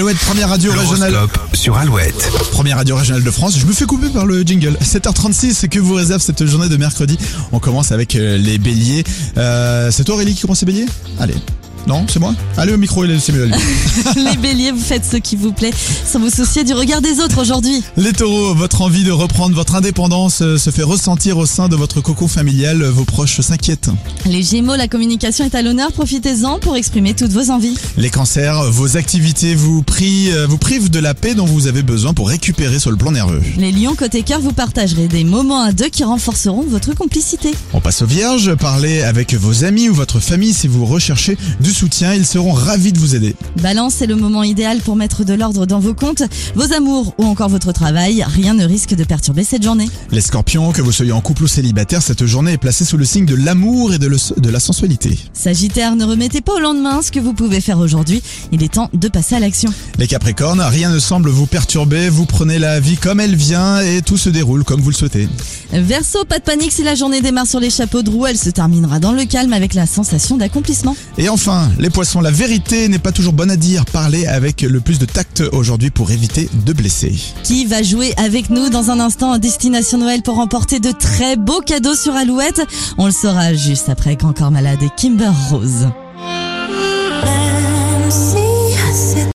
Alouette, première radio régionale. L'horoscope sur Alouette. Première radio régionale de France. Je me fais couper par le jingle. 7h36, que vous réserve cette journée de mercredi. On commence avec les béliers. C'est toi Aurélie qui commence les béliers? Allez. Non, c'est moi? Allez au micro, c'est mieux. Les béliers, vous faites ce qui vous plaît sans vous soucier du regard des autres aujourd'hui. Les taureaux, votre envie de reprendre votre indépendance se fait ressentir au sein de votre cocon familial. Vos proches s'inquiètent. Les gémeaux, la communication est à l'honneur, profitez-en pour exprimer toutes vos envies. Les cancers, vos activités vous privent de la paix dont vous avez besoin pour récupérer sur le plan nerveux. Les lions, côté cœur, vous partagerez des moments à deux qui renforceront votre complicité. On passe aux vierges, parlez avec vos amis ou votre famille si vous recherchez du soutien, ils seront ravis de vous aider. Balance, c'est le moment idéal pour mettre de l'ordre dans vos comptes, vos amours ou encore votre travail. Rien ne risque de perturber cette journée. Les scorpions, que vous soyez en couple ou célibataire, cette journée est placée sous le signe de l'amour et de la sensualité. Sagittaire, ne remettez pas au lendemain ce que vous pouvez faire aujourd'hui. Il est temps de passer à l'action. Les capricornes, rien ne semble vous perturber, vous prenez la vie comme elle vient et tout se déroule comme vous le souhaitez. Verseau, pas de panique si la journée démarre sur les chapeaux de roue, elle se terminera dans le calme avec la sensation d'accomplissement. Et enfin, les poissons, la vérité n'est pas toujours bonne à dire. Parlez avec le plus de tact aujourd'hui pour éviter de blesser. Qui va jouer avec nous dans un instant à Destination Noël pour remporter de très beaux cadeaux sur Alouette? On le saura juste après qu'Encore Malade et Kimber Rose.